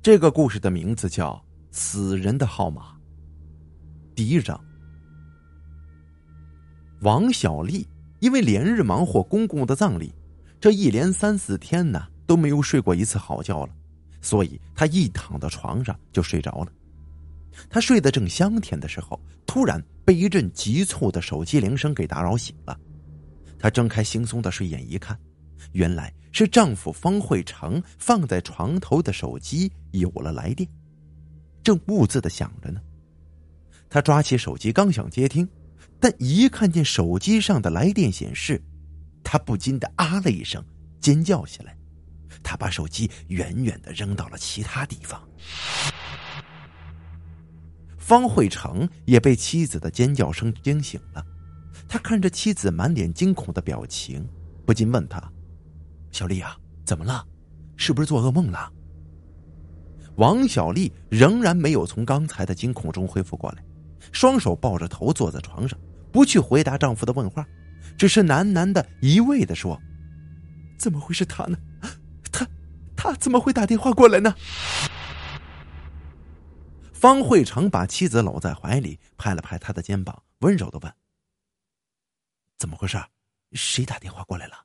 这个故事的名字叫《死人的号码》。第一章，王小丽因为连日忙活公公的葬礼，这一连3、4天呢都没有睡过一次好觉了，所以她一躺到床上就睡着了。她睡得正香甜的时候，突然被一阵急促的手机铃声给打扰醒了。她睁开惺忪的睡眼一看，原来是丈夫方慧成放在床头的手机有了来电，正兀自地响着呢。她抓起手机刚想接听，但一看见手机上的来电显示，她不禁地啊了一声，尖叫起来。她把手机远远地扔到了其他地方。方慧成也被妻子的尖叫声惊醒了，他看着妻子满脸惊恐的表情，不禁问她：小丽啊，怎么了？是不是做噩梦了？王小丽仍然没有从刚才的惊恐中恢复过来，双手抱着头坐在床上，不去回答丈夫的问话，只是喃喃的一味的说：怎么会是他呢？他怎么会打电话过来呢？方慧成把妻子搂在怀里，拍了拍她的肩膀，温柔的问：怎么回事？谁打电话过来了？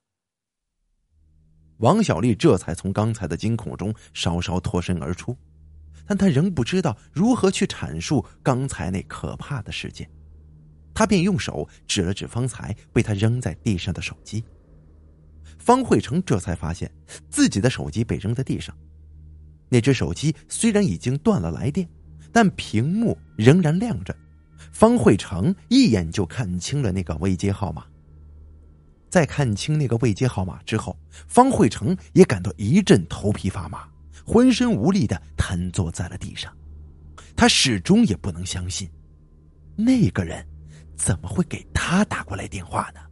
王小丽这才从刚才的惊恐中稍稍脱身而出，但她仍不知道如何去阐述刚才那可怕的事件，她便用手指了指方才被她扔在地上的手机。方慧成这才发现自己的手机被扔在地上，那只手机虽然已经断了来电，但屏幕仍然亮着。方慧成一眼就看清了那个未接号码。在看清那个未接号码之后，方慧成也感到一阵头皮发麻，浑身无力地瘫坐在了地上。他始终也不能相信，那个人怎么会给他打过来电话呢？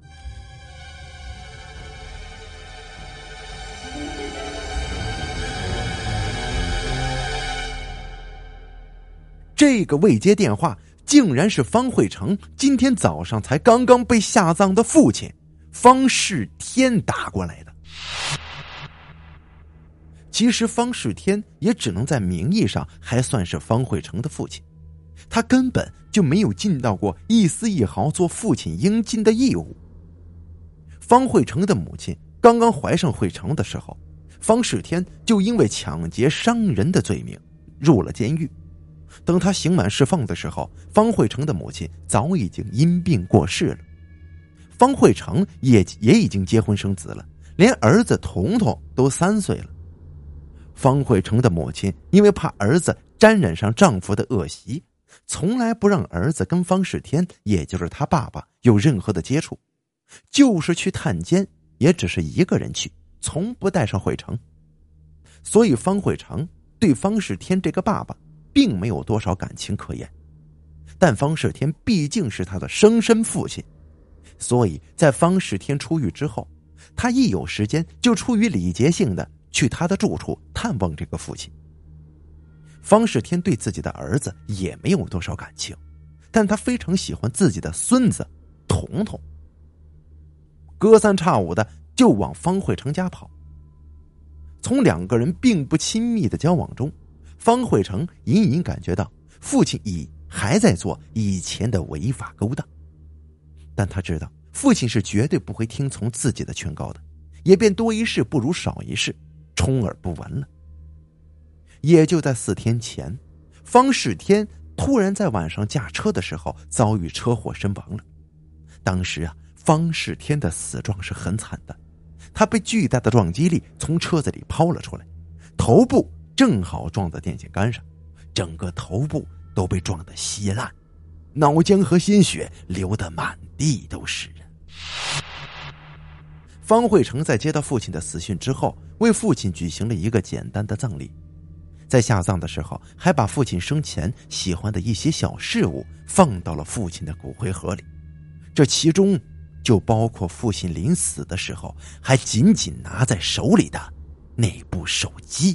这个未接电话竟然是方慧成今天早上才刚刚被下葬的父亲方世天打过来的。其实方世天也只能在名义上还算是方慧成的父亲，他根本就没有尽到过一丝一毫做父亲应尽的义务。方慧成的母亲刚刚怀上慧成的时候，方世天就因为抢劫伤人的罪名入了监狱。等他刑满释放的时候，方慧成的母亲早已经因病过世了。方慧成也已经结婚生子了，连儿子彤彤都3岁了。方慧成的母亲因为怕儿子沾染上丈夫的恶习，从来不让儿子跟方世天，也就是他爸爸有任何的接触，就是去探监也只是一个人去，从不带上慧成。所以方慧成对方世天这个爸爸并没有多少感情可言，但方世天毕竟是他的生身父亲，所以在方世天出狱之后，他一有时间就出于礼节性的去他的住处探望这个父亲。方世天对自己的儿子也没有多少感情，但他非常喜欢自己的孙子彤彤，隔三差五的就往方慧成家跑。从2个人并不亲密的交往中，方慧成隐隐感觉到父亲还在做以前的违法勾当，但他知道父亲是绝对不会听从自己的劝告的，也便多一事不如少一事，充耳不闻了。也就在4天前，方世天突然在晚上驾车的时候遭遇车祸身亡了。当时方世天的死状是很惨的，他被巨大的撞击力从车子里抛了出来，头部正好撞在电线杆上，整个头部都被撞得稀烂，脑浆和鲜血流得满地都是。方慧成在接到父亲的死讯之后，为父亲举行了一个简单的葬礼，在下葬的时候还把父亲生前喜欢的一些小事物放到了父亲的骨灰盒里，这其中就包括父亲临死的时候还紧紧拿在手里的那部手机。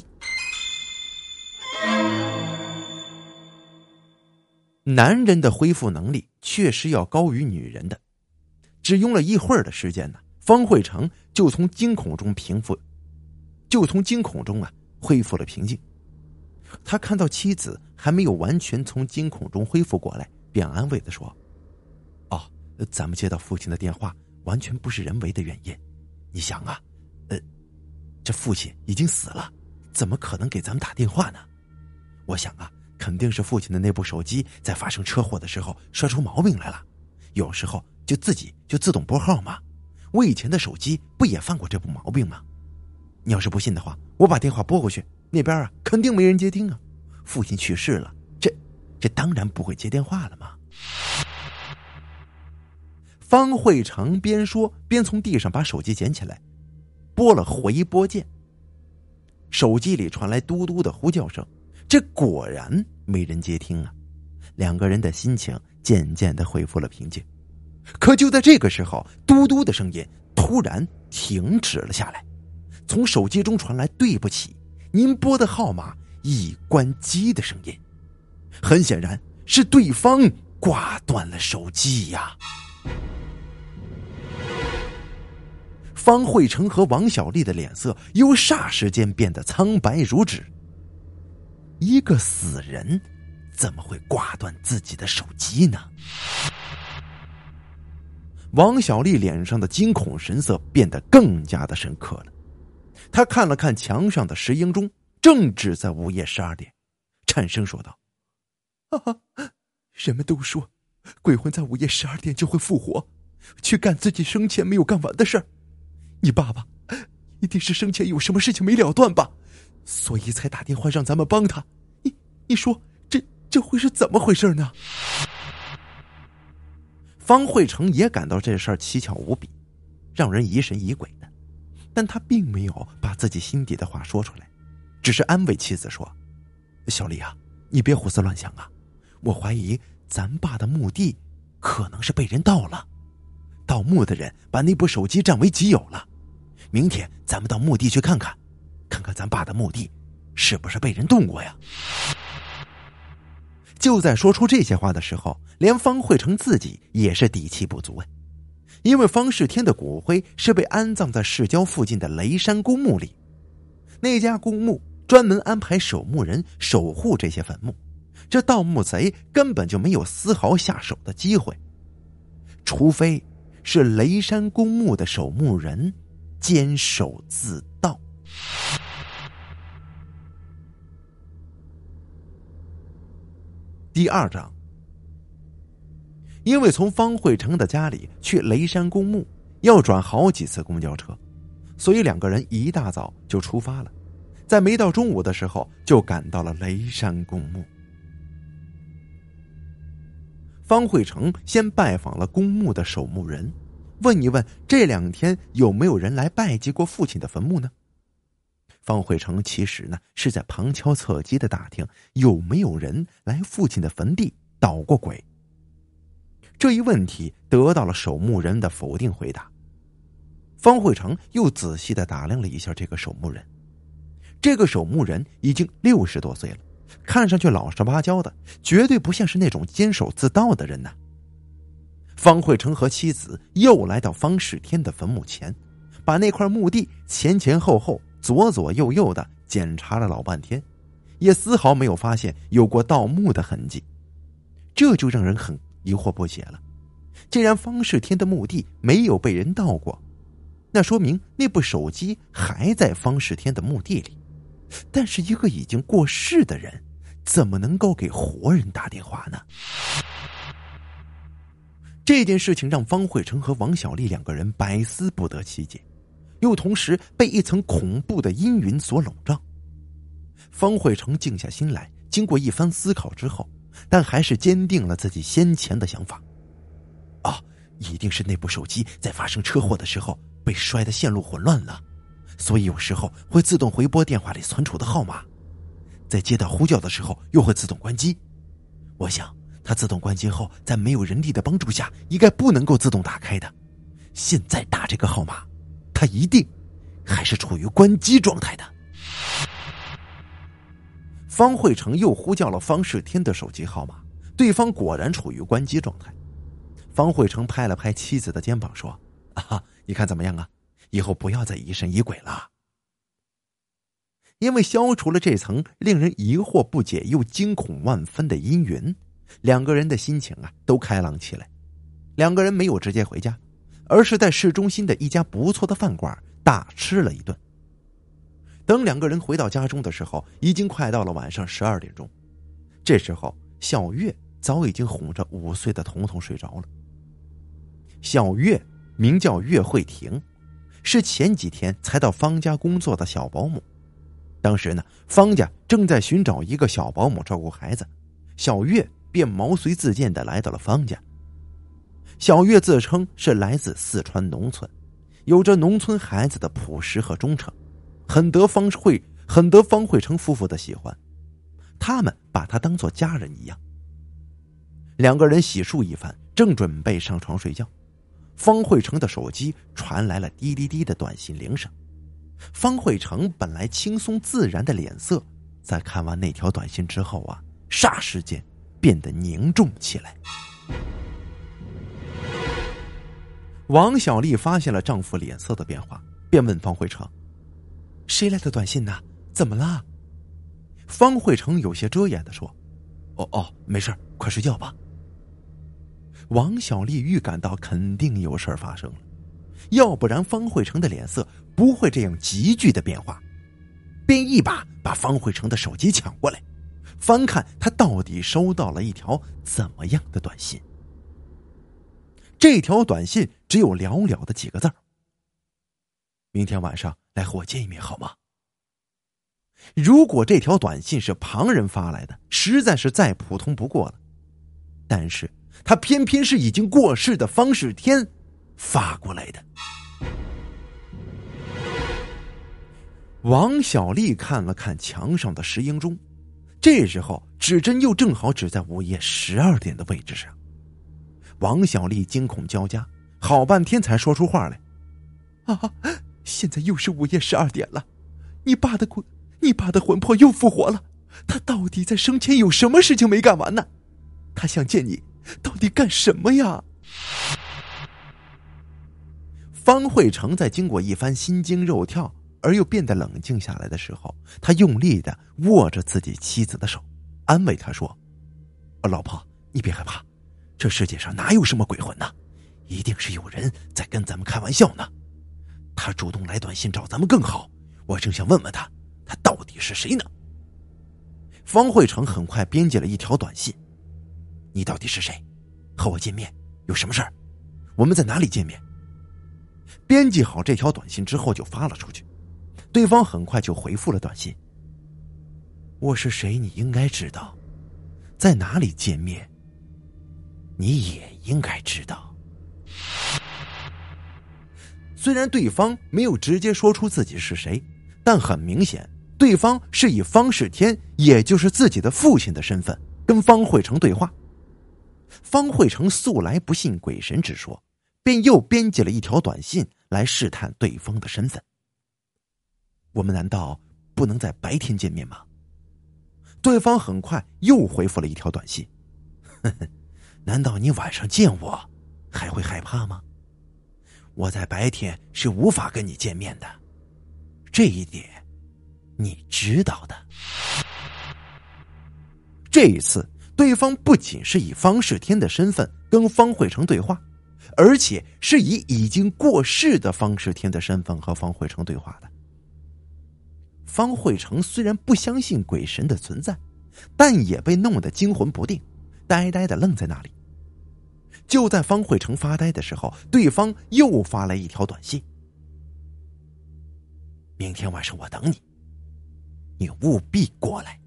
男人的恢复能力确实要高于女人的，只用了一会儿的时间呢，方慧成就从惊恐中恢复了平静。 他看到妻子还没有完全从惊恐中恢复过来，便安慰地说：“哦，咱们接到父亲的电话完全不是人为的原因。你想啊，这父亲已经死了，怎么可能给咱们打电话呢？我想啊，肯定是父亲的那部手机在发生车祸的时候摔出毛病来了，有时候就自己就自动拨号嘛。我以前的手机不也犯过这部毛病吗？你要是不信的话，我把电话拨过去，那边啊肯定没人接听啊。父亲去世了，这当然不会接电话了嘛。”方慧成边说边从地上把手机捡起来，拨了回拨键。手机里传来嘟嘟的呼叫声，这果然没人接听啊。两个人的心情渐渐的恢复了平静。可就在这个时候，嘟嘟的声音突然停止了下来，从手机中传来“对不起，您拨的号码已关机”的声音。很显然是对方挂断了手机呀。方慧成和王小丽的脸色又霎时间变得苍白如纸。一个死人怎么会挂断自己的手机呢？王小丽脸上的惊恐神色变得更加的深刻了。她看了看墙上的石英钟，正值在午夜12点，颤声说道：“人们都说鬼魂在午夜12点就会复活，去干自己生前没有干完的事儿。你爸爸一定是生前有什么事情没了断吧，所以才打电话让咱们帮他。你说这会是怎么回事呢？”方慧成也感到这事儿蹊跷无比，让人疑神疑鬼的，但他并没有把自己心底的话说出来，只是安慰妻子说：“小丽啊，你别胡思乱想啊，我怀疑咱爸的墓地可能是被人盗了，盗墓的人把那部手机占为己有了。明天咱们到墓地去看看，看看咱爸的墓地是不是被人动过呀。”就在说出这些话的时候，连方慧成自己也是底气不足啊。因为方世天的骨灰是被安葬在市郊附近的雷山公墓里，那家公墓专门安排守墓人守护这些坟墓，这盗墓贼根本就没有丝毫下手的机会，除非是雷山公墓的守墓人监守自盗。第2章，因为从方慧成的家里去雷山公墓要转好几次公交车，所以两个人一大早就出发了，在没到中午的时候就赶到了雷山公墓。方慧成先拜访了公墓的守墓人，问一问这2天有没有人来拜祭过父亲的坟墓呢？方慧成其实呢是在旁敲侧击的打听有没有人来父亲的坟地捣过鬼。这一问题得到了守墓人的否定回答。方慧成又仔细的打量了一下这个守墓人，这个守墓人已经60多岁了，看上去老实巴交的，绝对不像是那种监守自盗的人呢。方慧成和妻子又来到方世天的坟墓前，把那块墓地前前后后左左右右的检查了老半天，也丝毫没有发现有过盗墓的痕迹，这就让人很疑惑不解了。既然方世天的墓地没有被人盗过，那说明那部手机还在方世天的墓地里，但是一个已经过世的人怎么能够给活人打电话呢？这件事情让方慧成和王小丽2个人百思不得其解，又同时被一层恐怖的阴云所笼罩。方慧成静下心来，经过一番思考之后，但还是坚定了自己先前的想法。一定是那部手机在发生车祸的时候被摔得线路混乱了，所以有时候会自动回拨电话里存储的号码，在接到呼叫的时候又会自动关机。我想它自动关机后，在没有人力的帮助下应该不能够自动打开的。现在打这个号码，它一定还是处于关机状态的。方慧成又呼叫了方世天的手机号码，对方果然处于关机状态。方慧成拍了拍妻子的肩膀说：“你看怎么样啊？以后不要再疑神疑鬼了。” 因为消除了这层令人疑惑不解又惊恐万分的阴云，两个人的心情都开朗起来。两个人没有直接回家，而是在市中心的一家不错的饭馆大吃了一顿。等两个人回到家中的时候，已经快到了晚上12点钟。这时候小月早已经哄着5岁的彤彤睡着了。小月名叫岳慧婷，是前几天才到方家工作的小保姆。当时呢，方家正在寻找一个小保姆照顾孩子，小月便毛遂自荐地来到了方家。小月自称是来自四川农村，有着农村孩子的朴实和忠诚，很得方慧成夫妇的喜欢，他们把她当作家人一样。两个人洗漱一番，正准备上床睡觉，方慧成的手机传来了滴滴滴的短信铃声。方慧成本来轻松自然的脸色，在看完那条短信之后霎时间变得凝重起来。王小丽发现了丈夫脸色的变化，便问方慧成：“谁来的短信呢？怎么了？”方慧成有些遮掩地说：“哦，没事，快睡觉吧。”王小丽预感到肯定有事发生了，要不然方慧成的脸色不会这样急剧的变化，便一把把方慧成的手机抢过来，翻看他到底收到了一条怎么样的短信。这条短信只有寥寥的几个字：“明天晚上来和我见一面好吗？”如果这条短信是旁人发来的，实在是再普通不过了，但是他偏偏是已经过世的方世天发过来的。王小丽看了看墙上的石英钟，这时候指针又正好指在午夜12点的位置上。王小丽惊恐交加，好半天才说出话来：“现在又是午夜12点了，你爸的魂魄又复活了，他到底在生前有什么事情没干完呢？他想见你，到底干什么呀？”方慧成在经过一番心惊肉跳而又变得冷静下来的时候，他用力地握着自己妻子的手，安慰她说：“老婆，你别害怕，这世界上哪有什么鬼魂呢？一定是有人在跟咱们开玩笑呢。他主动来短信找咱们更好，我正想问问他到底是谁呢？”方慧成很快编辑了一条短信：“你到底是谁？和我见面有什么事儿？我们在哪里见面？”编辑好这条短信之后就发了出去，对方很快就回复了短信：“我是谁你应该知道，在哪里见面你也应该知道。”虽然对方没有直接说出自己是谁，但很明显对方是以方世天，也就是自己的父亲的身份跟方慧成对话。方慧成素来不信鬼神之说，便又编辑了一条短信来试探对方的身份：“我们难道不能在白天见面吗？”对方很快又回复了一条短信：“呵呵，难道你晚上见我还会害怕吗？我在白天是无法跟你见面的，这一点你知道的。”这一次对方不仅是以方世天的身份跟方慧成对话，而且是以已经过世的方世天的身份和方慧成对话的。方慧成虽然不相信鬼神的存在，但也被弄得惊魂不定，呆呆的愣在那里。就在方慧成发呆的时候，对方又发来一条短信：“明天晚上我等你，你务必过来。”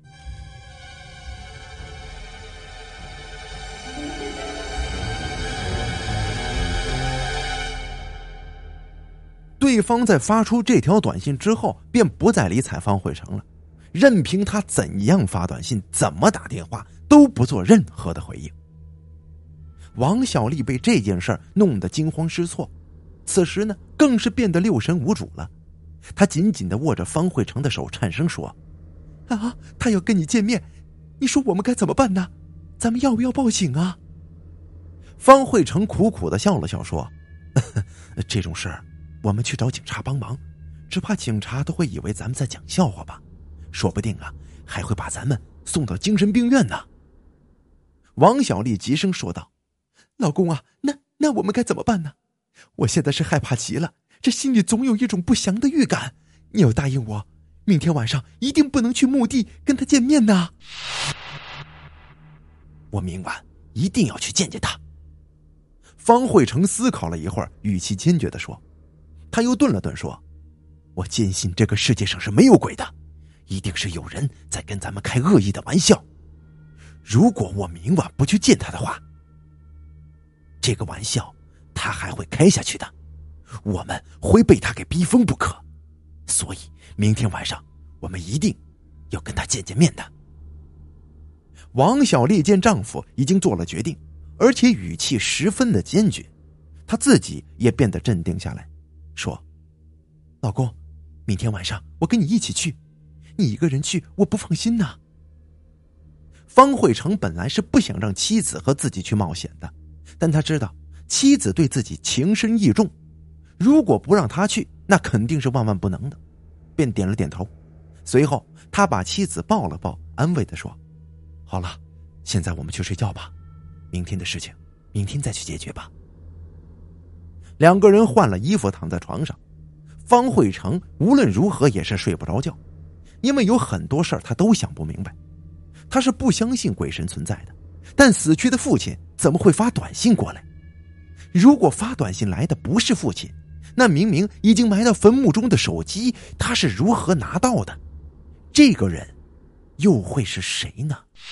对方在发出这条短信之后，便不再理睬方慧成了，任凭他怎样发短信，怎么打电话，都不做任何的回应。王小丽被这件事弄得惊慌失措，此时呢，更是变得六神无主了。她紧紧地握着方慧成的手，颤声说：“他要跟你见面，你说我们该怎么办呢？咱们要不要报警啊？”方慧成苦苦地笑了笑说：“这种事儿我们去找警察帮忙，只怕警察都会以为咱们在讲笑话吧。 说不定啊还会把咱们送到精神病院呢。王小丽急声说道：老公啊，那我们该怎么办呢？我现在是害怕极了，这心里总有一种不祥的预感。你要答应我，明天晚上一定不能去墓地跟他见面呢。我明晚一定要去见见他。方慧成思考了一会儿，语气坚决地说。他又顿了顿说，我坚信这个世界上是没有鬼的，一定是有人在跟咱们开恶意的玩笑。如果我明晚不去见他的话，这个玩笑他还会开下去的，我们会被他给逼疯不可。所以明天晚上我们一定要跟他见见面的。王小丽见丈夫已经做了决定，而且语气十分的坚决，她自己也变得镇定下来，说：老公，明天晚上我跟你一起去，你一个人去我不放心呐。方慧成本来是不想让妻子和自己去冒险的，但他知道妻子对自己情深意重，如果不让他去，那肯定是万万不能的，便点了点头。随后他把妻子抱了抱，安慰地说：好了，现在我们去睡觉吧，明天的事情明天再去解决吧。两个人换了衣服躺在床上，方慧成无论如何也是睡不着觉，因为有很多事儿他都想不明白。他是不相信鬼神存在的，但死去的父亲怎么会发短信过来？如果发短信来的不是父亲，那明明已经埋到坟墓中的手机他是如何拿到的？这个人又会是谁呢？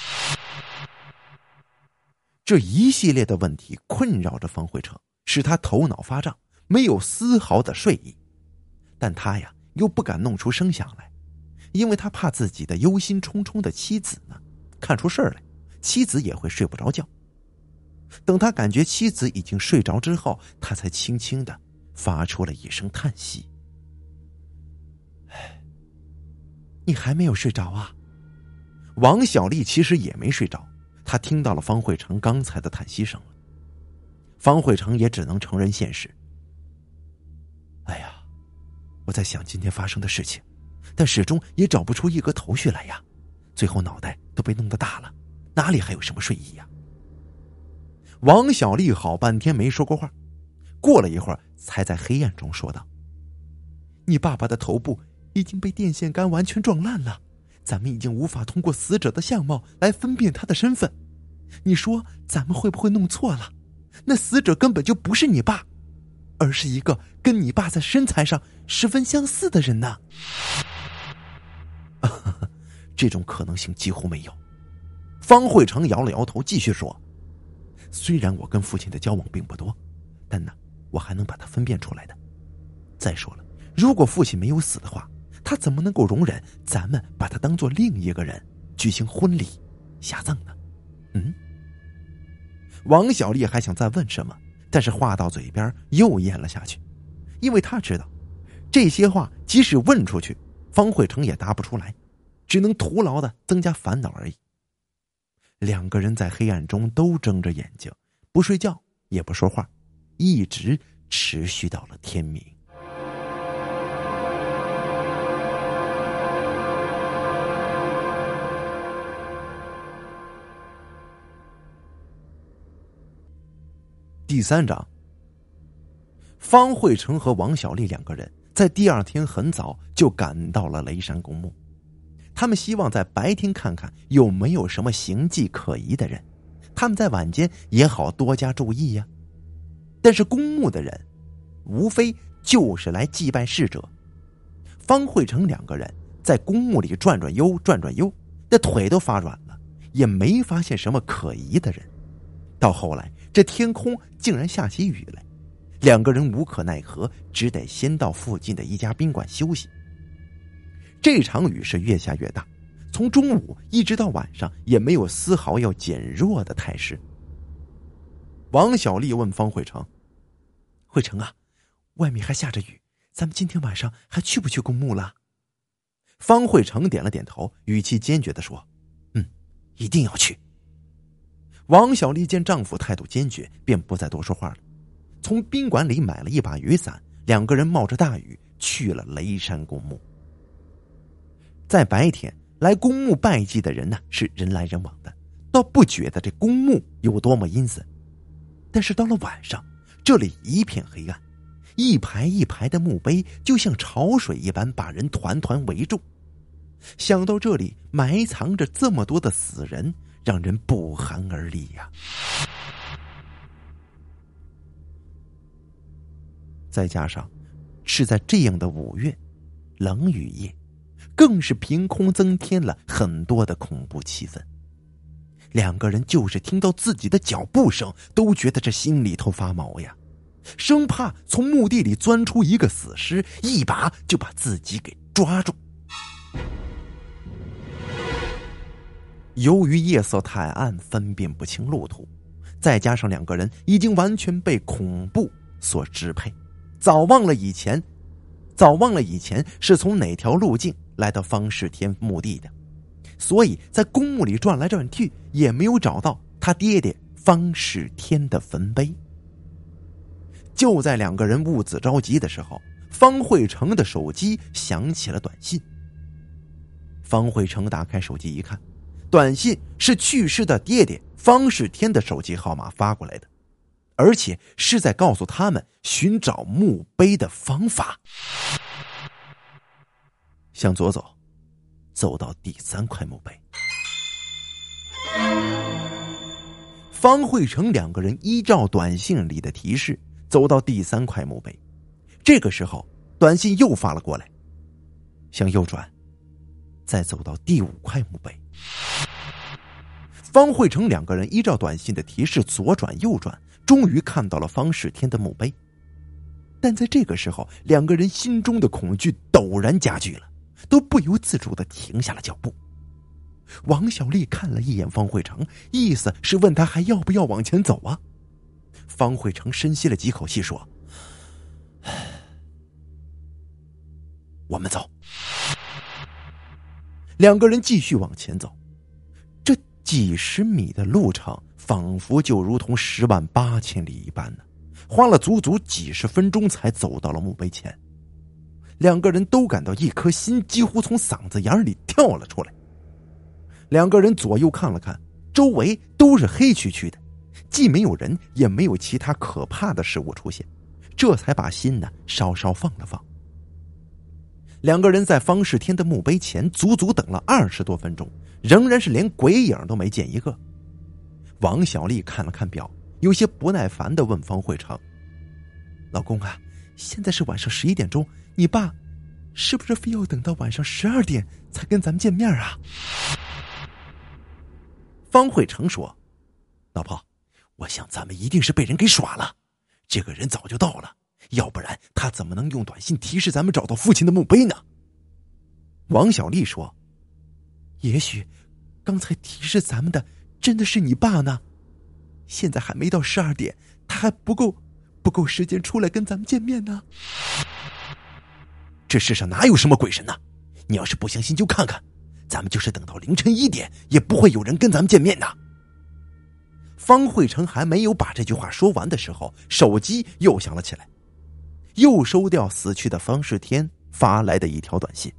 这一系列的问题困扰着方慧成，使他头脑发胀，没有丝毫的睡意。但他呀又不敢弄出声响来，因为他怕自己的忧心忡忡的妻子呢看出事儿来，妻子也会睡不着觉。等他感觉妻子已经睡着之后，他才轻轻地发出了一声叹息。你还没有睡着啊？王小丽其实也没睡着，她听到了方慧成刚才的叹息声了。方慧成也只能承认现实。哎呀，我在想今天发生的事情，但始终也找不出一个头绪来呀，最后脑袋都被弄得大了，哪里还有什么睡意呀？王小丽好半天没说过话，过了一会儿才在黑暗中说道：你爸爸的头部已经被电线杆完全撞烂了，咱们已经无法通过死者的相貌来分辨他的身份。你说咱们会不会弄错了？那死者根本就不是你爸，而是一个跟你爸在身材上十分相似的人呢。这种可能性几乎没有。方慧成摇了摇头，继续说：虽然我跟父亲的交往并不多，但呢我还能把他分辨出来的。再说了，如果父亲没有死的话，他怎么能够容忍咱们把他当作另一个人举行婚礼下葬呢？王小丽还想再问什么，但是话到嘴边又咽了下去，因为他知道这些话即使问出去，方慧成也答不出来，只能徒劳的增加烦恼而已。两个人在黑暗中都睁着眼睛，不睡觉也不说话，一直持续到了天明。第3章，方慧成和王小丽两个人在第二天很早就赶到了雷山公墓，他们希望在白天看看有没有什么形迹可疑的人，他们在晚间也好多加注意呀。但是公墓的人无非就是来祭拜逝者，方慧成两个人在公墓里转转悠，那腿都发软了，也没发现什么可疑的人。到后来这天空竟然下起雨来，两个人无可奈何，只得先到附近的一家宾馆休息。这场雨是越下越大，从中午一直到晚上也没有丝毫要减弱的态势。王小丽问方慧成：慧成啊，外面还下着雨，咱们今天晚上还去不去公墓了？方慧成点了点头，语气坚决地说：一定要去。王小丽见丈夫态度坚决，便不再多说话了，从宾馆里买了一把雨伞，两个人冒着大雨去了雷山公墓。 在白天来公墓拜祭的人呢，是人来人往的，倒不觉得这公墓有多么阴森。但是到了晚上，这里一片黑暗，一排一排的墓碑就像潮水一般把人团团围住。想到这里埋藏着这么多的死人，让人不寒而栗呀。再加上是在这样的5月冷雨夜，更是凭空增添了很多的恐怖气氛。2个人就是听到自己的脚步声都觉得这心里头发毛呀，生怕从墓地里钻出一个死尸，一把就把自己给抓住。由于夜色太暗，分辨不清路途，再加上2个人已经完全被恐怖所支配，早忘了以前是从哪条路径来到方世天墓地的，所以在公墓里转来转去，也没有找到他爹爹方世天的坟碑。就在2个人兀自着急的时候，方慧成的手机响起了短信。方慧成打开手机一看，短信是去世的爹爹方世天的手机号码发过来的，而且是在告诉他们寻找墓碑的方法。向左走，走到第3块墓碑。方慧成2个人依照短信里的提示走到第3块墓碑。这个时候短信又发了过来，向右转，再走到第5块墓碑。方慧成2个人依照短信的提示左转右转，终于看到了方世天的墓碑。但在这个时候，2个人心中的恐惧陡然加剧了，都不由自主地停下了脚步。王小丽看了一眼方慧成，意思是问他还要不要往前走啊。方慧成深吸了几口气说：“我们走。”2个人继续往前走，这几十米的路程仿佛就如同108000里一般呢，花了足足几十分钟才走到了墓碑前。2个人都感到一颗心几乎从嗓子眼里跳了出来。2个人左右看了看，周围都是黑黢黢的，既没有人也没有其他可怕的事物出现，这才把心呢稍稍放了放。2个人在方世天的墓碑前足足等了20多分钟，仍然是连鬼影都没见一个。王小丽看了看表，有些不耐烦地问方慧成：“老公啊，现在是晚上11点钟，你爸是不是非要等到晚上12点才跟咱们见面啊？”方慧成说：“老婆，我想咱们一定是被人给耍了，这个人早就到了，要不然他怎么能用短信提示咱们找到父亲的墓碑呢？”王小丽说：“也许刚才提示咱们的真的是你爸呢，现在还没到12点，他还不够时间出来跟咱们见面呢。”这世上哪有什么鬼神呢？你要是不相信就看看，咱们就是等到凌晨1点也不会有人跟咱们见面的。方慧成还没有把这句话说完的时候，手机又响了起来，又收掉死去的方世天发来的一条短信：“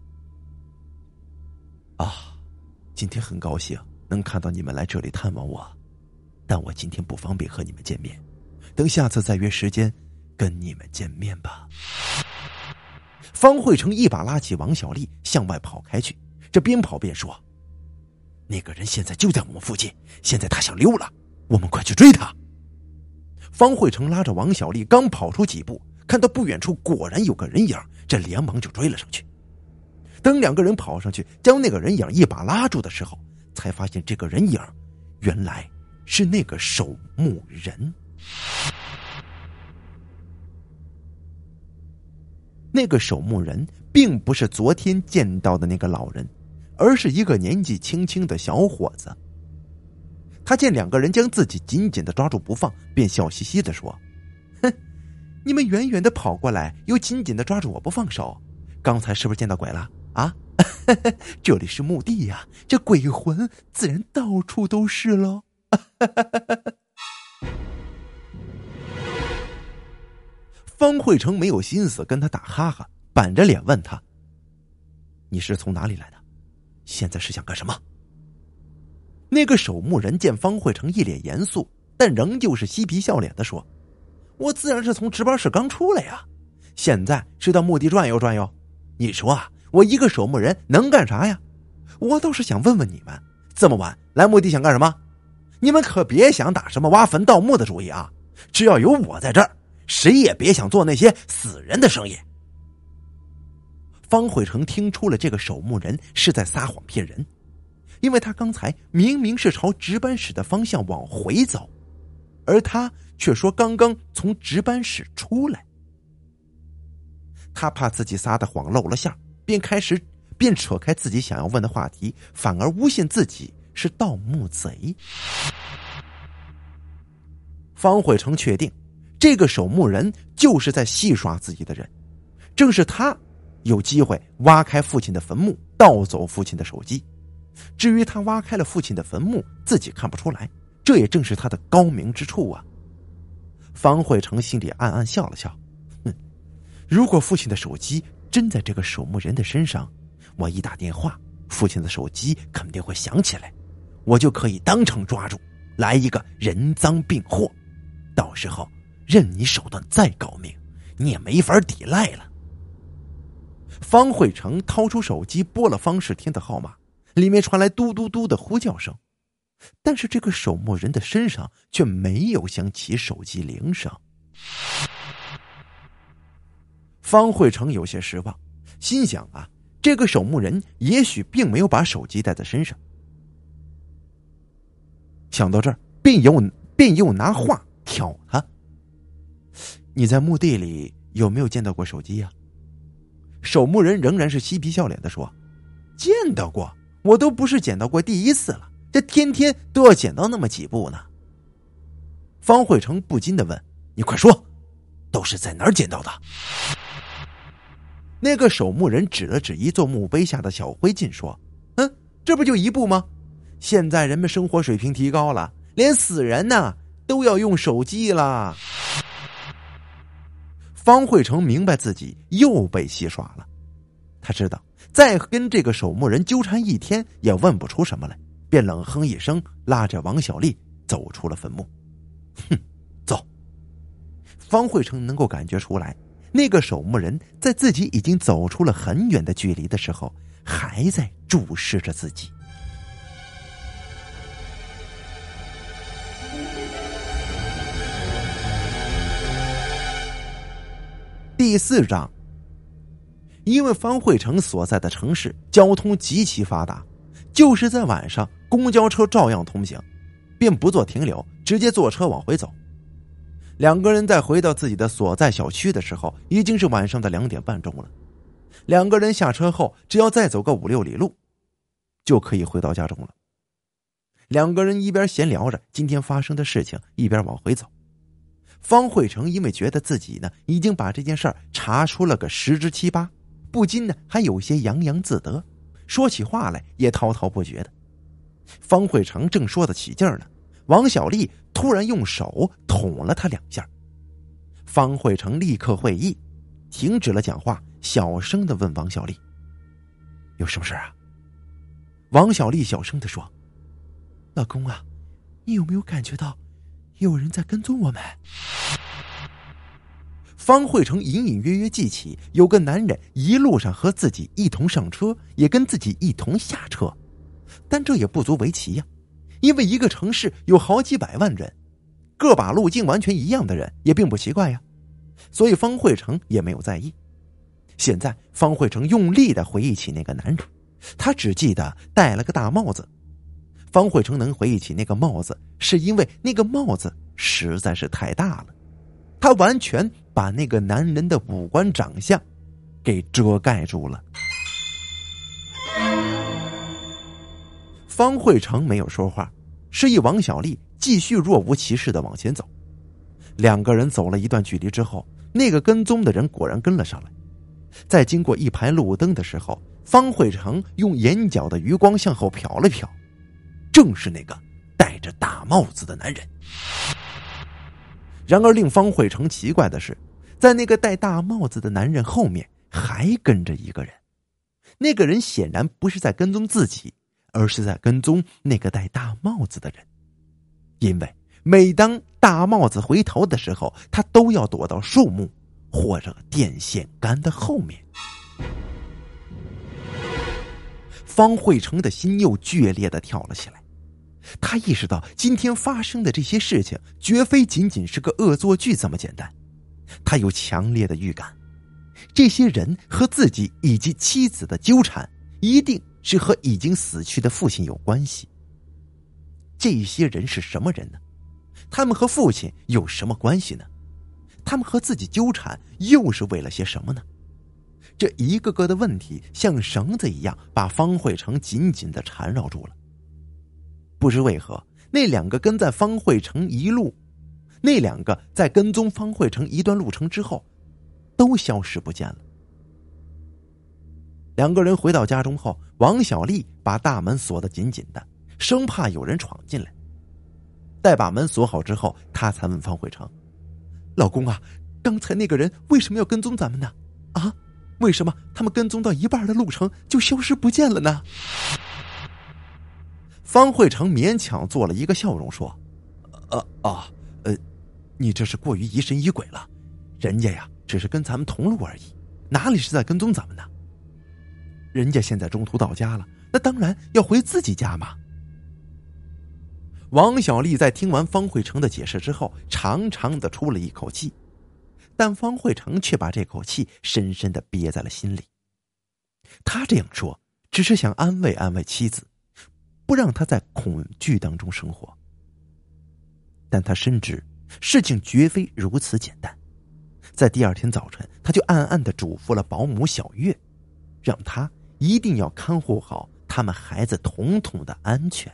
啊，今天很高兴能看到你们来这里探望我，但我今天不方便和你们见面，等下次再约时间跟你们见面吧。”方慧成一把拉起王小丽向外跑开去，这边跑边说：“那个人现在就在我们附近，现在他想溜了，我们快去追他。”方慧成拉着王小丽刚跑出几步，看到不远处果然有个人影，这连忙就追了上去。等2个人跑上去将那个人影一把拉住的时候，才发现这个人影原来是那个守墓人。那个守墓人并不是昨天见到的那个老人，而是一个年纪轻轻的小伙子。他见2个人将自己紧紧地抓住不放，便笑嘻嘻地说：“哼，你们远远地跑过来，又紧紧地抓住我不放手，刚才是不是见到鬼了啊？这里是墓地呀，这鬼魂自然到处都是喽。”方慧成没有心思跟他打哈哈，板着脸问他：“你是从哪里来的？ 现在是想干什么？那个守墓人见方慧成一脸严肃，但仍旧是嬉皮笑脸的说：我自然是从值班室刚出来呀，现在是到墓地转悠转悠。你说啊，我一个守墓人能干啥呀？我倒是想问问你们，这么晚来墓地想干什么？你们可别想打什么挖坟盗墓的主意啊！只要有我在这儿，谁也别想做那些死人的生意。方慧成听出了这个守墓人是在撒谎骗人，因为他刚才明明是朝值班室的方向往回走，而他却说刚刚从值班室出来。他怕自己撒的谎露了馅，便扯开自己想要问的话题，反而诬陷自己是盗墓贼。方慧成确定这个守墓人就是在戏耍自己的人，正是他有机会挖开父亲的坟墓，盗走父亲的手机。至于他挖开了父亲的坟墓，自己看不出来，这也正是他的高明之处啊。方慧成心里暗暗笑了笑，如果父亲的手机真在这个守墓人的身上，我一打电话，父亲的手机肯定会响起来，我就可以当场抓住，来一个人赃并获。到时候任你手段再高明，你也没法抵赖了。方慧成掏出手机拨了方世天的号码，里面传来嘟嘟嘟的呼叫声，但是这个守墓人的身上却没有响起手机铃声。方慧成有些失望，心想啊，这个守墓人也许并没有把手机带在身上。想到这儿，便又拿话挑他：你在墓地里有没有见到过手机呀？守墓人仍然是嬉皮笑脸的说：见到过，我都不是捡到过第一次了，这天天都要捡到那么几部呢。方慧成不禁的问：你快说，都是在哪儿捡到的？那个守墓人指了指一座墓碑下的小灰烬说：这不就一部吗？现在人们生活水平提高了，连死人呢都要用手机了。方慧成明白自己又被戏耍了，他知道再跟这个守墓人纠缠一天也问不出什么来，便冷哼一声，拉着王小丽走出了坟墓。走。方慧成能够感觉出来，那个守墓人在自己已经走出了很远的距离的时候，还在注视着自己。第4章，因为方慧成所在的城市交通极其发达，就是在晚上公交车照样通行，便不做停留，直接坐车往回走。两个人在回到自己的所在小区的时候，已经是晚上的2点半钟了。两个人下车后，只要再走个5-6里路，就可以回到家中了。两个人一边闲聊着今天发生的事情，一边往回走。方慧成因为觉得自己呢已经把这件事儿查出了个10之7八，不禁呢还有些洋洋自得，说起话来也滔滔不绝的。方慧成正说得起劲儿呢，王小丽突然用手捅了他2下。方慧成立刻会意，停止了讲话，小声地问王小丽：有什么事啊？王小丽小声地说：老公啊，你有没有感觉到有人在跟踪我们？方慧成隐隐约约记起有个男人一路上和自己一同上车，也跟自己一同下车，但这也不足为奇呀，因为一个城市有好几百万人，个把路径完全一样的人也并不奇怪呀，所以方慧成也没有在意。现在方慧成用力地回忆起那个男人，他只记得戴了个大帽子。方慧成能回忆起那个帽子，是因为那个帽子实在是太大了，他完全把那个男人的五官长相给遮盖住了。方慧成没有说话，示意王小丽继续若无其事地往前走。两个人走了一段距离之后，那个跟踪的人果然跟了上来。在经过一排路灯的时候，方慧成用眼角的余光向后瞟了瞟，正是那个戴着大帽子的男人。然而令方慧成奇怪的是，在那个戴大帽子的男人后面还跟着一个人。 那个人显然不是在跟踪自己，而是在跟踪那个戴大帽子的人。因为每当大帽子回头的时候，他都要躲到树木或者电线杆的后面。方慧成的心又剧烈地跳了起来，他意识到今天发生的这些事情绝非仅仅是个恶作剧这么简单。他有强烈的预感，这些人和自己以及妻子的纠缠一定是和已经死去的父亲有关系。这些人是什么人呢？他们和父亲有什么关系呢？他们和自己纠缠又是为了些什么呢？这一个个的问题像绳子一样把方慧成紧紧地缠绕住了。不知为何，那两个跟在方慧成那两个在跟踪方慧成一段路程之后都消失不见了。两个人回到家中后，王小丽把大门锁得紧紧的，生怕有人闯进来。待把门锁好之后，她才问方慧成：老公啊，刚才那个人为什么要跟踪咱们呢？啊，为什么他们跟踪到一半的路程就消失不见了呢？方慧成勉强做了一个笑容说：你这是过于疑神疑鬼了，人家呀只是跟咱们同路而已，哪里是在跟踪咱们呢？人家现在中途到家了，那当然要回自己家嘛。王小丽在听完方慧成的解释之后，长长的出了一口气，但方慧成却把这口气深深的憋在了心里。他这样说只是想安慰安慰妻子，不让她在恐惧当中生活。但他深知事情绝非如此简单，在第二天早晨，他就暗暗地嘱咐了保姆小月，让她一定要看护好他们孩子统统的安全。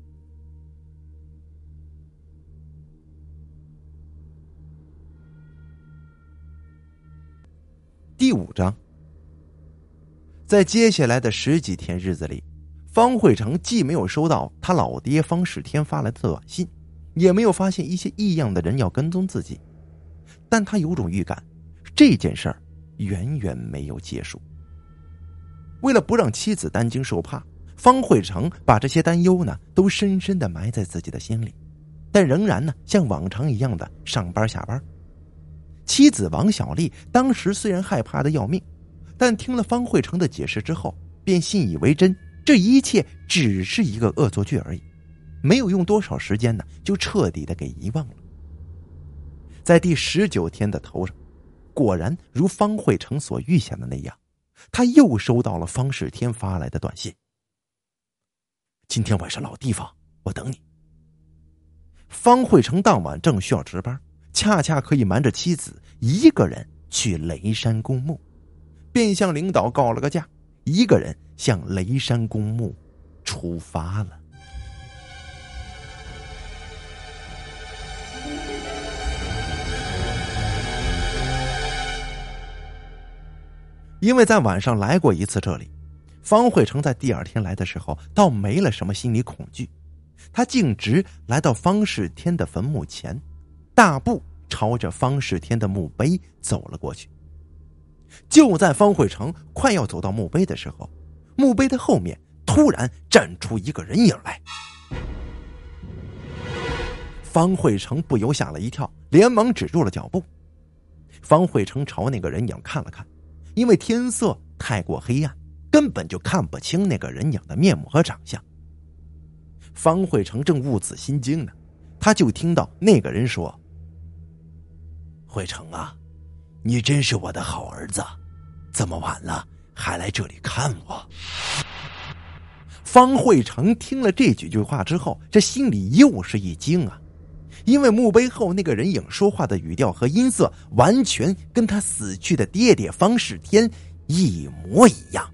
第5章，在接下来的10几天日子里，方慧成既没有收到他老爹方世天发来的短信，也没有发现一些异样的人要跟踪自己，但他有种预感，这件事儿远远没有结束。为了不让妻子担惊受怕，方慧成把这些担忧呢都深深地埋在自己的心里，但仍然呢像往常一样的上班下班。妻子王小丽当时虽然害怕的要命，但听了方慧成的解释之后便信以为真，这一切只是一个恶作剧而已，没有用多少时间呢就彻底的给遗忘了。在第19天的头上，果然如方慧成所预想的那样，他又收到了方世天发来的短信：今天晚上老地方，我等你。方慧成当晚正需要值班，恰恰可以瞒着妻子一个人去雷山公墓，便向领导告了个假，一个人向雷山公墓出发了。因为在晚上来过一次这里，方慧成在第2天来的时候倒没了什么心理恐惧，他径直来到方世天的坟墓前，大步朝着方世天的墓碑走了过去。就在方慧成快要走到墓碑的时候，墓碑的后面突然站出一个人影来。方慧成不由吓了一跳，连忙止住了脚步。方慧成朝那个人影看了看，因为天色太过黑暗，根本就看不清那个人影的面目和长相。方慧成正兀自心惊呢，他就听到那个人说：慧成啊，你真是我的好儿子，这么晚了还来这里看我。方慧成听了这几句话之后，这心里又是一惊啊，因为墓碑后那个人影说话的语调和音色完全跟他死去的爹爹方世天一模一样。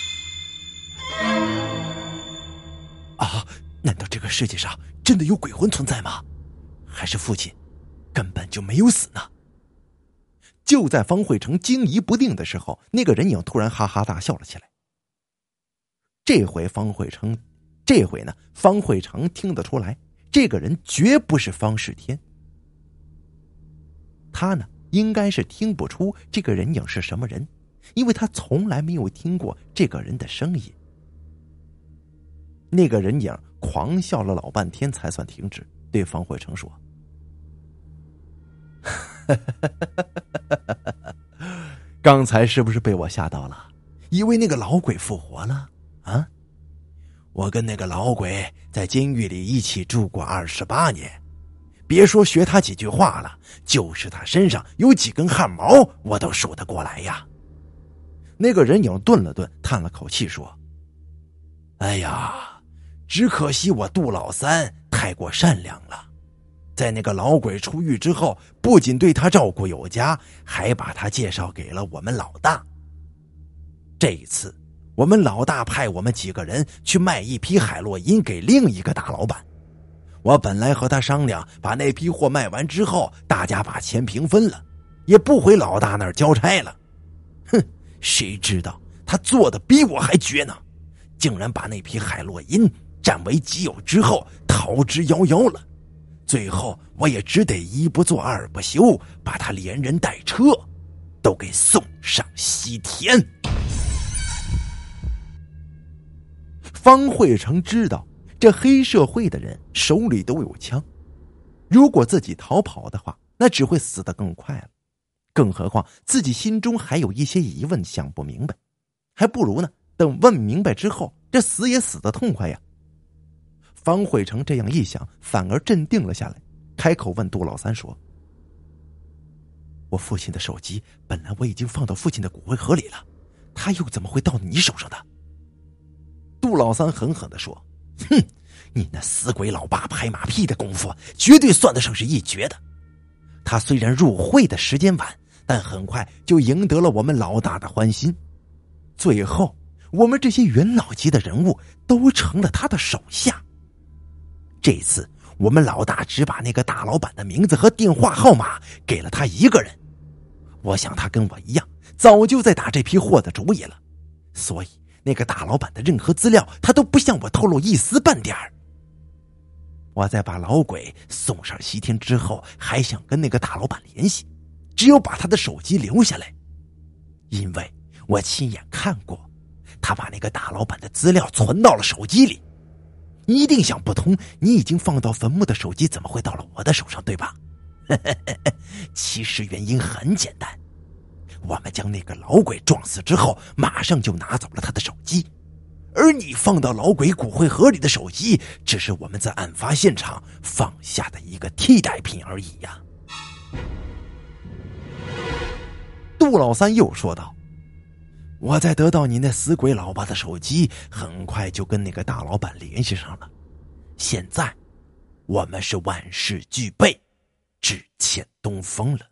啊，难道这个世界上真的有鬼魂存在吗？还是父亲根本就没有死呢？就在方慧成惊疑不定的时候，那个人影突然哈哈大笑了起来。这回方慧成听得出来，这个人绝不是方世天。他呢，应该是听不出这个人影是什么人， 因为他从来没有听过这个人的声音。那个人影狂笑了老半天才算停止，对方慧成说：刚才是不是被我吓到了，以为那个老鬼复活了啊？我跟那个老鬼在监狱里一起住过28年，别说学他几句话了，就是他身上有几根汗毛我都数得过来呀。那个人影顿了顿，叹了口气说：哎呀，只可惜我杜老三太过善良了，在那个老鬼出狱之后，不仅对他照顾有加，还把他介绍给了我们老大。这一次我们老大派我们几个人去卖一批海洛因给另一个大老板，我本来和他商量，把那批货卖完之后大家把钱平分了，也不回老大那儿交差了。哼，谁知道他做的比我还绝呢，竟然把那批海洛因占为己有之后逃之夭夭了。最后我也只得一不做二不休，把他连人带车都给送上西天。方慧成知道这黑社会的人手里都有枪，如果自己逃跑的话，那只会死得更快了。更何况自己心中还有一些疑问想不明白，还不如呢等问明白之后，这死也死得痛快呀。方慧成这样一想，反而镇定了下来，开口问杜老三说：我父亲的手机本来我已经放到父亲的骨灰盒里了，他又怎么会到你手上的？杜老三狠狠地说：哼，你那死鬼老爸拍马屁的功夫绝对算得上是一绝的。他虽然入会的时间晚，但很快就赢得了我们老大的欢心，最后我们这些元老级的人物都成了他的手下。这次我们老大只把那个大老板的名字和电话号码给了他一个人，我想他跟我一样早就在打这批货的主意了，所以那个大老板的任何资料他都不向我透露一丝半点儿。我在把老鬼送上西天之后，还想跟那个大老板联系，只有把他的手机留下来，因为我亲眼看过他把那个大老板的资料存到了手机里。你一定想不通，你已经放到坟墓的手机怎么会到了我的手上，对吧？其实原因很简单，我们将那个老鬼撞死之后，马上就拿走了他的手机，而你放到老鬼骨灰盒里的手机，只是我们在案发现场放下的一个替代品而已呀。杜老三又说道：我在得到你那死鬼老爸的手机，很快就跟那个大老板联系上了，现在我们是万事俱备，只欠东风了。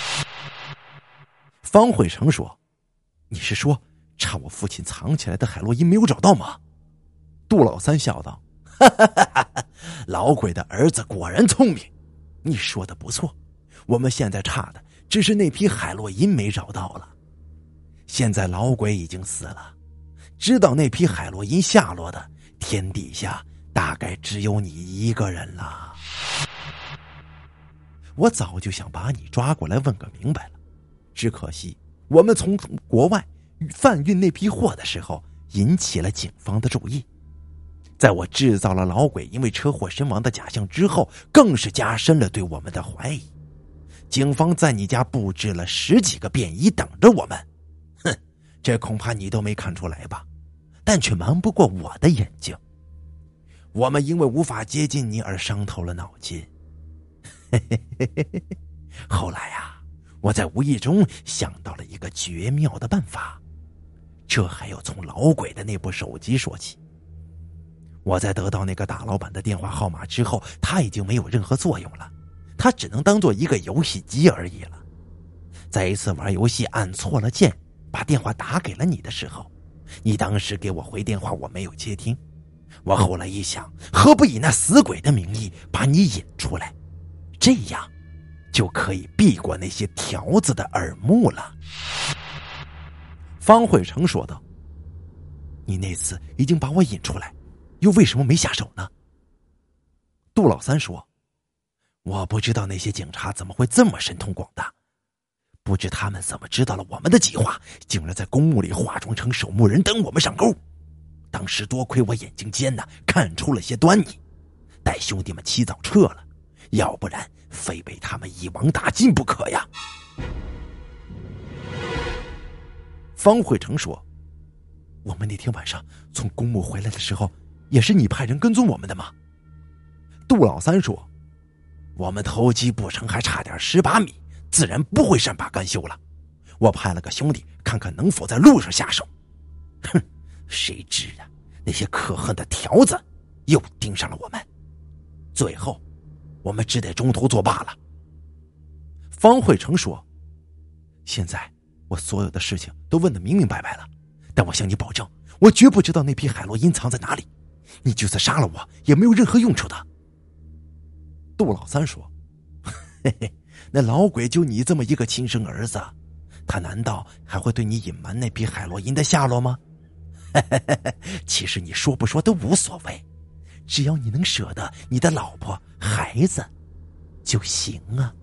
方慧成说：你是说差我父亲藏起来的海洛因没有找到吗？杜老三笑道：哈哈哈哈，老鬼的儿子果然聪明，你说的不错，我们现在差的只是那批海洛因没找到了。现在老鬼已经死了，知道那批海洛因下落的天底下大概只有你一个人了。我早就想把你抓过来问个明白了，只可惜我们从国外贩运那批货的时候引起了警方的注意，在我制造了老鬼因为车祸身亡的假象之后，更是加深了对我们的怀疑。警方在你家布置了10几个便衣等着我们，哼，这恐怕你都没看出来吧，但却瞒不过我的眼睛。我们因为无法接近你而伤透了脑筋。后来啊，我在无意中想到了一个绝妙的办法，这还要从老鬼的那部手机说起。我在得到那个大老板的电话号码之后，他已经没有任何作用了，他只能当做一个游戏机而已了。在一次玩游戏按错了键，把电话打给了你的时候，你当时给我回电话，我没有接听。我后来一想，何不以那死鬼的名义把你引出来，这样就可以避过那些条子的耳目了。方慧成说道：你那次已经把我引出来，又为什么没下手呢？杜老三说：我不知道那些警察怎么会这么神通广大， 不知他们怎么知道了我们的计划，竟然在公墓里化妆成守墓人等我们上钩。当时多亏我眼睛尖呢，看出了些端倪，带兄弟们起早撤了，要不然非被他们一网打尽不可呀。方慧成说，我们那天晚上从公墓回来的时候，也是你派人跟踪我们的吗？杜老三说，我们投机不成，还差点18米，自然不会善罢甘休了。我派了个兄弟看看能否在路上下手。哼，谁知啊，那些可恨的条子又盯上了我们，最后我们只得中途作罢了。方慧成说，现在我所有的事情都问得明明白白了，但我向你保证，我绝不知道那批海洛因藏在哪里，你就算杀了我也没有任何用处的。杜老三说，嘿嘿，那老鬼就你这么一个亲生儿子，他难道还会对你隐瞒那批海洛因的下落吗？其实你说不说都无所谓，只要你能舍得你的老婆孩子就行啊。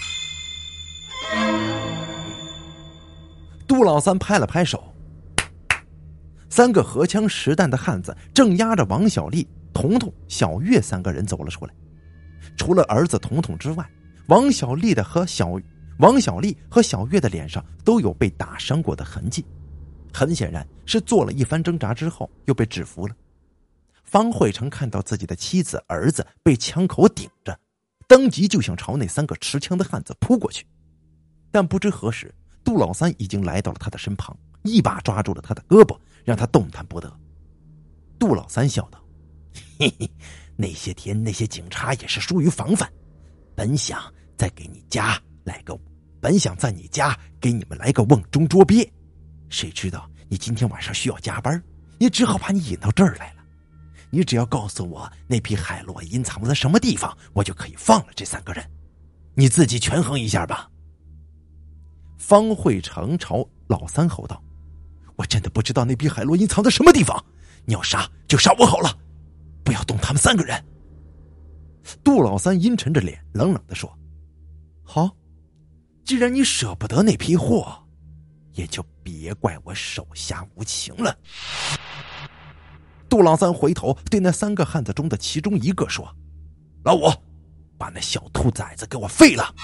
杜老三拍了拍手，3个荷枪实弹的汉子正押着王小丽、彤彤、小月3个人走了出来。除了儿子彤彤之外，王小丽和小月的脸上都有被打伤过的痕迹，很显然是做了一番挣扎之后又被制服了。方慧成看到自己的妻子儿子被枪口顶着，当即就想朝那3个持枪的汉子扑过去，但不知何时杜老三已经来到了他的身旁，一把抓住了他的胳膊，让他动弹不得。杜老三笑道，嘿嘿，那些天那些警察也是疏于防范，本想在你家给你们来个瓮中捉鳖，谁知道你今天晚上需要加班，也只好把你引到这儿来了。你只要告诉我那批海洛因藏在什么地方，我就可以放了这3个人，你自己权衡一下吧。方慧成朝老三吼道，我真的不知道那批海洛因藏在什么地方，你要杀就杀我好了，不要动他们3个人。杜老三阴沉着脸冷冷地说，好，既然你舍不得那批货，也就别怪我手下无情了。杜老三回头对那3个汉子中的其中一个说，老五，把那小兔崽子给我废了。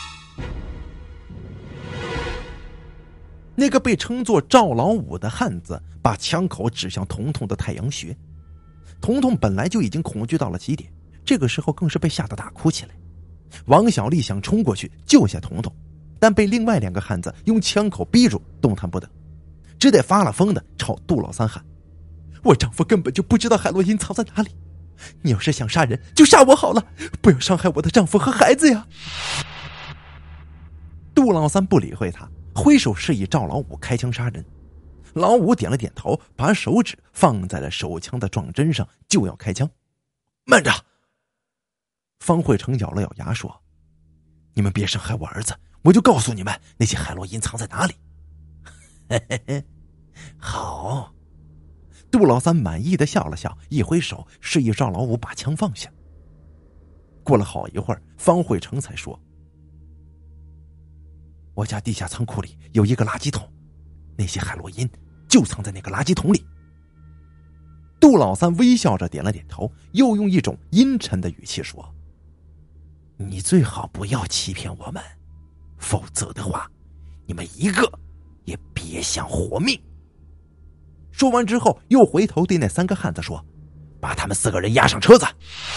那个被称作赵老五的汉子把枪口指向彤彤的太阳穴，彤彤本来就已经恐惧到了极点，这个时候更是被吓得大哭起来。王小丽想冲过去救下彤彤，但被另外2个汉子用枪口逼住，动弹不得，只得发了疯的朝杜老三喊，我丈夫根本就不知道海洛因藏在哪里，你要是想杀人就杀我好了，不要伤害我的丈夫和孩子呀。杜老三不理会他，挥手示意赵老五开枪杀人。老五点了点头，把手指放在了手枪的撞针上，就要开枪。慢着！方慧成咬了咬牙说，你们别伤害我儿子，我就告诉你们那些海洛因藏在哪里。嘿嘿嘿，好。杜老三满意的笑了笑，一挥手示意赵老五把枪放下。过了好一会儿，方慧成才说，我家地下仓库里有一个垃圾桶，那些海洛因就藏在那个垃圾桶里。杜老三微笑着点了点头，又用一种阴沉的语气说，你最好不要欺骗我们，否则的话你们一个也别想活命。说完之后又回头对那3个汉子说，把他们4个人押上车子。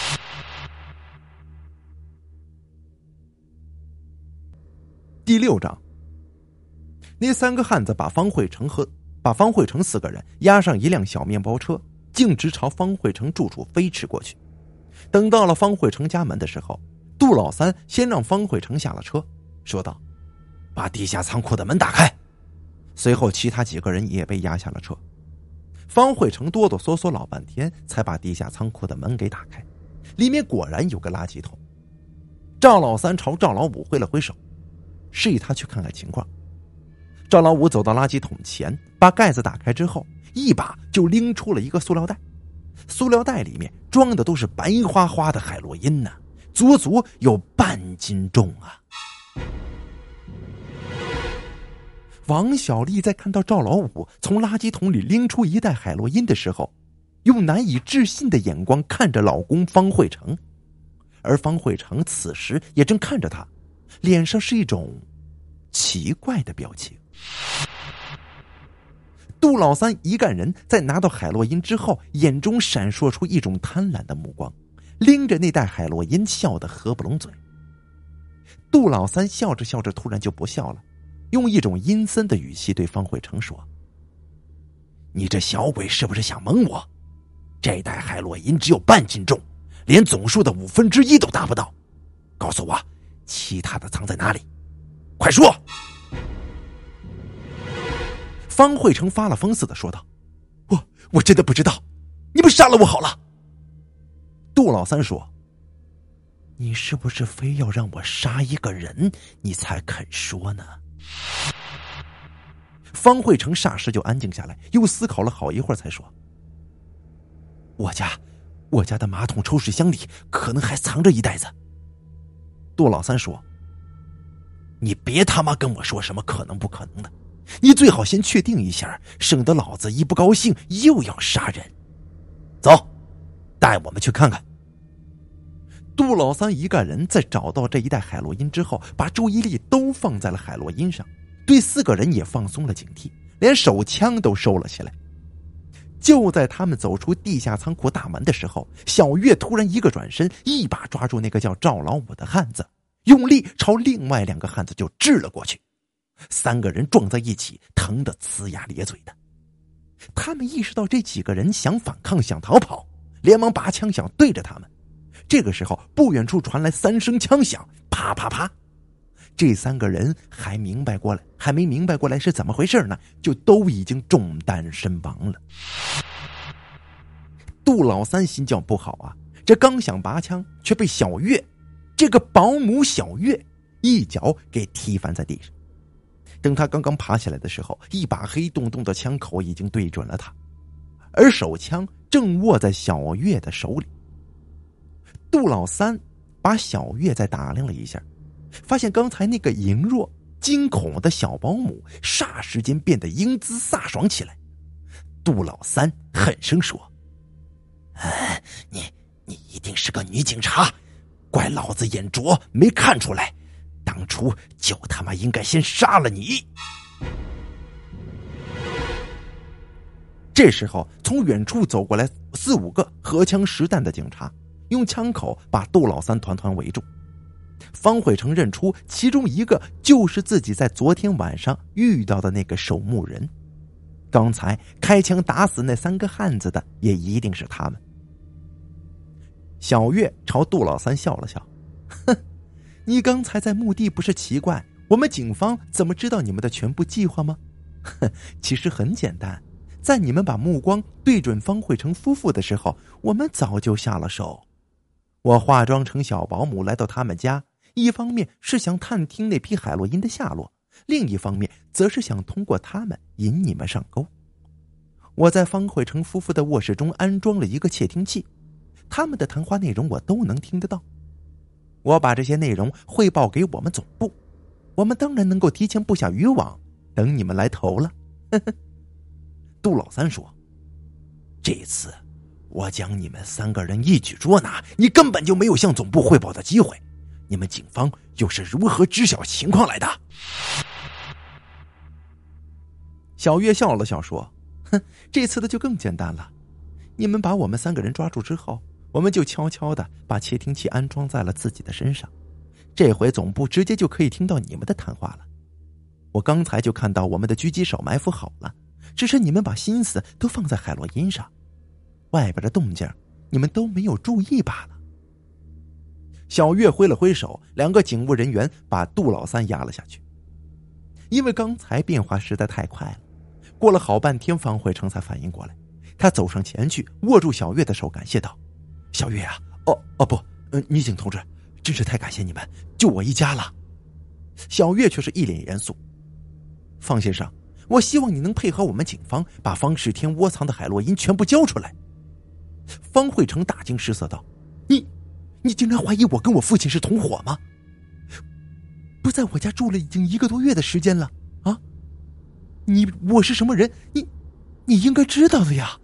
第6章，那3个汉子把方慧成4个人押上一辆小面包车，径直朝方慧成住处飞驰过去。等到了方慧成家门的时候，杜老三先让方慧成下了车，说道，把地下仓库的门打开。随后其他几个人也被押下了车。方慧成哆哆嗦嗦老半天才把地下仓库的门给打开，里面果然有个垃圾桶。赵老三朝赵老五挥了挥手，示意他去看看情况。赵老五走到垃圾桶前，把盖子打开之后，一把就拎出了一个塑料袋，塑料袋里面装的都是白花花的海洛因呢，足足有半斤重啊。 王小丽在看到赵老五从垃圾桶里拎出一袋海洛因的时候，用难以置信的眼光看着老公方慧成，而方慧成此时也正看着他，脸上是一种奇怪的表情。杜老三一干人在拿到海洛因之后，眼中闪烁出一种贪婪的目光，拎着那袋海洛因笑得合不拢嘴。杜老三笑着笑着突然就不笑了，用一种阴森的语气对方慧成说：你这小鬼是不是想蒙我？这袋海洛因只有半斤重，连总数的1/5都达不到，告诉我其他的藏在哪里，快说！方慧成发了疯似的说道：我真的不知道，你不杀了我好了。杜老三说：你是不是非要让我杀一个人你才肯说呢？方慧成霎时就安静下来，又思考了好一会儿才说：我家的马桶抽水箱里可能还藏着一袋子。杜老三说：你别他妈跟我说什么可能不可能的，你最好先确定一下，省得老子一不高兴又要杀人。走，带我们去看看。杜老三一干人在找到这一袋海洛因之后，把注意力都放在了海洛因上，对4个人也放松了警惕，连手枪都收了起来。就在他们走出地下仓库大门的时候，小月突然一个转身，一把抓住那个叫赵老五的汉子，用力朝另外2个汉子就掷了过去。3个人撞在一起，疼得呲牙咧嘴的。他们意识到这几个人想反抗想逃跑，连忙拔枪想对着他们。这个时候不远处传来3声枪响，啪啪啪。这3个人还没明白过来是怎么回事呢，就都已经中弹身亡了。杜老三心叫不好啊，这刚想拔枪，却被小月，这个保姆小月一脚给踢翻在地上。等他刚刚爬起来的时候，一把黑洞洞的枪口已经对准了他，而手枪正握在小月的手里。杜老三把小月再打量了一下，发现刚才那个羸弱惊恐的小保姆霎时间变得英姿飒爽起来。杜老三狠声说：你一定是个女警察，怪老子眼拙没看出来，当初就他妈应该先杀了你。这时候从远处走过来4、5个荷枪实弹的警察，用枪口把杜老三团团围住。方慧成认出其中一个就是自己在昨天晚上遇到的那个守墓人，刚才开枪打死那3个汉子的也一定是他们。小月朝杜老三笑了笑：哼，你刚才在墓地不是奇怪我们警方怎么知道你们的全部计划吗？哼，其实很简单，在你们把目光对准方慧成夫妇的时候，我们早就下了手。我化妆成小保姆来到他们家，一方面是想探听那批海洛因的下落，另一方面则是想通过他们引你们上钩。我在方慧成夫妇的卧室中安装了一个窃听器，他们的谈话内容我都能听得到。我把这些内容汇报给我们总部，我们当然能够提前布下渔网，等你们来投了。杜老三说：这次我将你们3个人一举捉拿，你根本就没有向总部汇报的机会，你们警方又是如何知晓情况来的？小月笑了笑说：哼，这次的就更简单了，你们把我们3个人抓住之后，我们就悄悄地把窃听器安装在了自己的身上，这回总部直接就可以听到你们的谈话了。我刚才就看到我们的狙击手埋伏好了，只是你们把心思都放在海洛因上，外边的动静你们都没有注意罢了。小月挥了挥手，2个警务人员把杜老三押了下去。因为刚才变化实在太快了，过了好半天方慧成才反应过来，他走上前去握住小月的手，感谢道：小月啊，不，女警同志，真是太感谢你们，救我一家了。小月却是一脸严肃：方先生，我希望你能配合我们警方，把方世天窝藏的海洛因全部交出来。方慧成大惊失色道：你竟然怀疑我跟我父亲是同伙吗？不在我家住了已经1个多月的时间了啊！ 我是什么人？你应该知道的呀。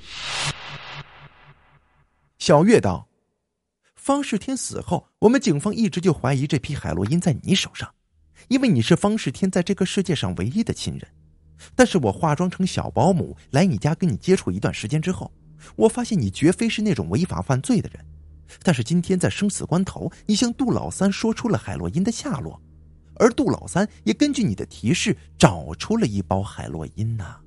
小月道：方世天死后，我们警方一直就怀疑这批海洛因在你手上，因为你是方世天在这个世界上唯一的亲人。但是我化妆成小保姆来你家跟你接触一段时间之后，我发现你绝非是那种违法犯罪的人。但是今天在生死关头，你向杜老三说出了海洛因的下落，而杜老三也根据你的提示找出了一包海洛因呐。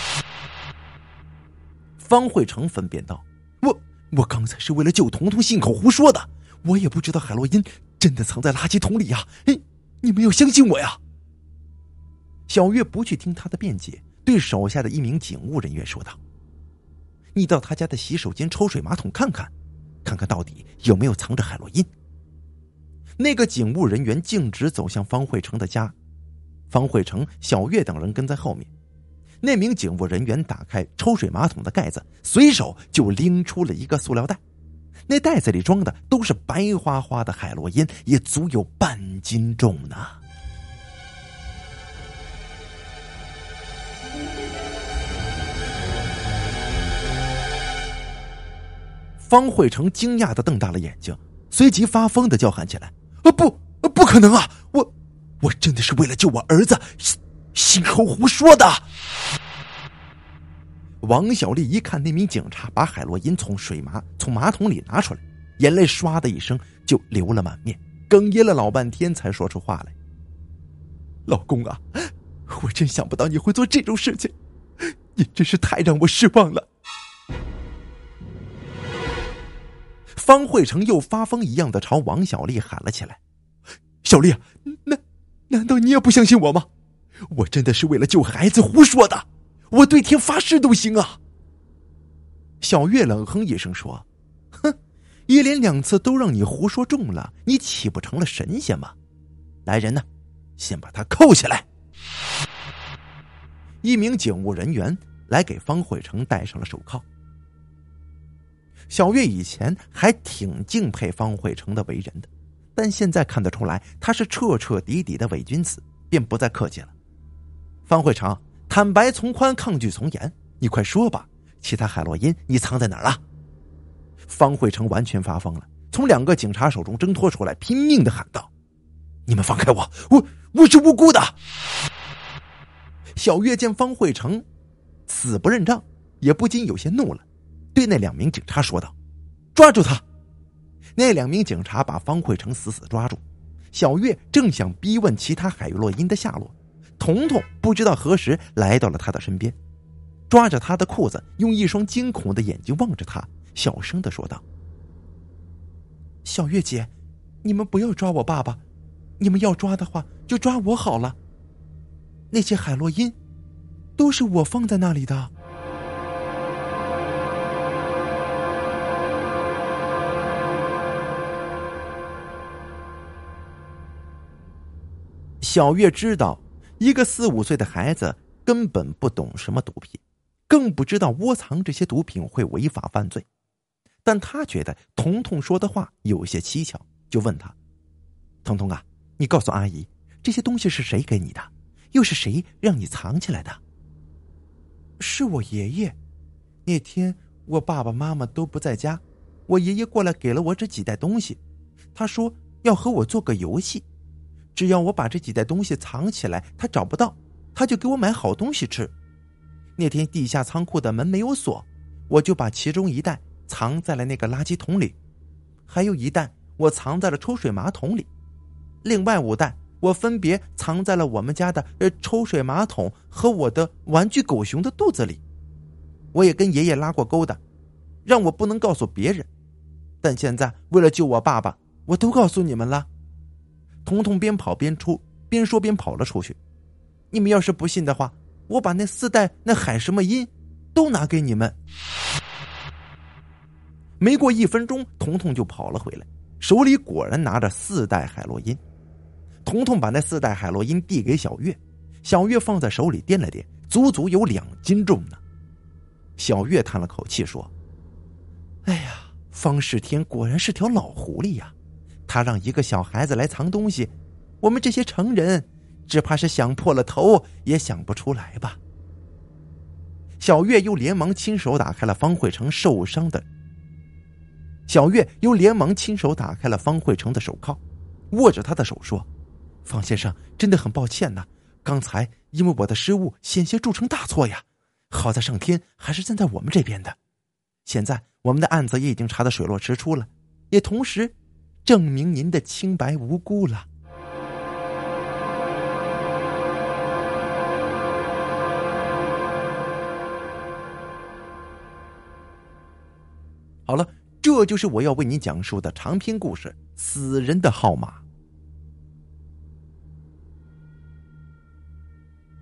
方慧成分辨道：我刚才是为了救彤彤信口胡说的，我也不知道海洛因真的藏在垃圾桶里呀！你们要相信我呀！小月不去听他的辩解，对手下的一名警务人员说道：你到他家的洗手间抽水马桶看看到底有没有藏着海洛因。那个警务人员径直走向方慧成的家，方慧成、小月等人跟在后面。那名警务人员打开抽水马桶的盖子，随手就拎出了一个塑料袋，那袋子里装的都是白花花的海洛因，也足有半斤重呢。方慧成惊讶地瞪大了眼睛，随即发疯地叫喊起来：不可能啊！我真的是为了救我儿子信口胡说的。王小丽一看那名警察把海洛因从马桶里拿出来，眼泪唰的一声就流了满面，哽咽了老半天才说出话来：老公啊，我真想不到你会做这种事情，你真是太让我失望了。方慧成又发疯一样的朝王小丽喊了起来：小丽，难道你也不相信我吗？我真的是为了救孩子胡说的，我对天发誓都行啊！小月冷哼一声说：哼，一连2次都让你胡说中了，你岂不成了神仙吗？来人呢，先把他扣起来。一名警务人员来给方慧成戴上了手铐。小月以前还挺敬佩方慧成的为人的，但现在看得出来他是彻彻底底的伪君子，便不再客气了。方慧成，坦白从宽，抗拒从严，你快说吧，其他海洛因你藏在哪儿了？方慧成完全发疯了，从2个警察手中挣脱出来，拼命地喊道：你们放开我是无辜的！小月见方慧成死不认账，也不禁有些怒了，对那2名警察说道：抓住他！那2名警察把方慧成死死抓住。小月正想逼问其他海洛因的下落，彤彤不知道何时来到了他的身边，抓着他的裤子，用一双惊恐的眼睛望着他，小声地说道：小月姐，你们不要抓我爸爸，你们要抓的话就抓我好了，那些海洛因都是我放在那里的。小月知道一个4、5岁的孩子根本不懂什么毒品，更不知道窝藏这些毒品会违法犯罪，但他觉得彤彤说的话有些蹊跷，就问他：彤彤啊，你告诉阿姨，这些东西是谁给你的？又是谁让你藏起来的？是我爷爷，那天我爸爸妈妈都不在家，我爷爷过来给了我这几袋东西，他说要和我做个游戏，只要我把这几袋东西藏起来，他找不到，他就给我买好东西吃。那天地下仓库的门没有锁，我就把其中1袋藏在了那个垃圾桶里，还有1袋我藏在了抽水马桶里，另外5袋我分别藏在了我们家的抽水马桶和我的玩具狗熊的肚子里。我也跟爷爷拉过勾的，让我不能告诉别人，但现在为了救我爸爸，我都告诉你们了。彤彤边跑边说边跑了出去。你们要是不信的话，我把那4袋那海什么因都拿给你们。没过1分钟，彤彤就跑了回来，手里果然拿着4袋海洛因。彤彤把那4袋海洛因递给小月，小月放在手里掂了掂，足足有2斤重呢。小月叹了口气说：哎呀，方世天果然是条老狐狸呀，他让一个小孩子来藏东西，我们这些成人只怕是想破了头也想不出来吧。 小月又连忙亲手打开了方慧成手铐，握着他的手说：方先生，真的很抱歉呐，刚才因为我的失误险些铸成大错呀，好在上天还是站在我们这边的。现在我们的案子也已经查得水落石出了，也同时证明您的清白无辜了。好了，这就是我要为你讲述的长篇故事《死人的号码》。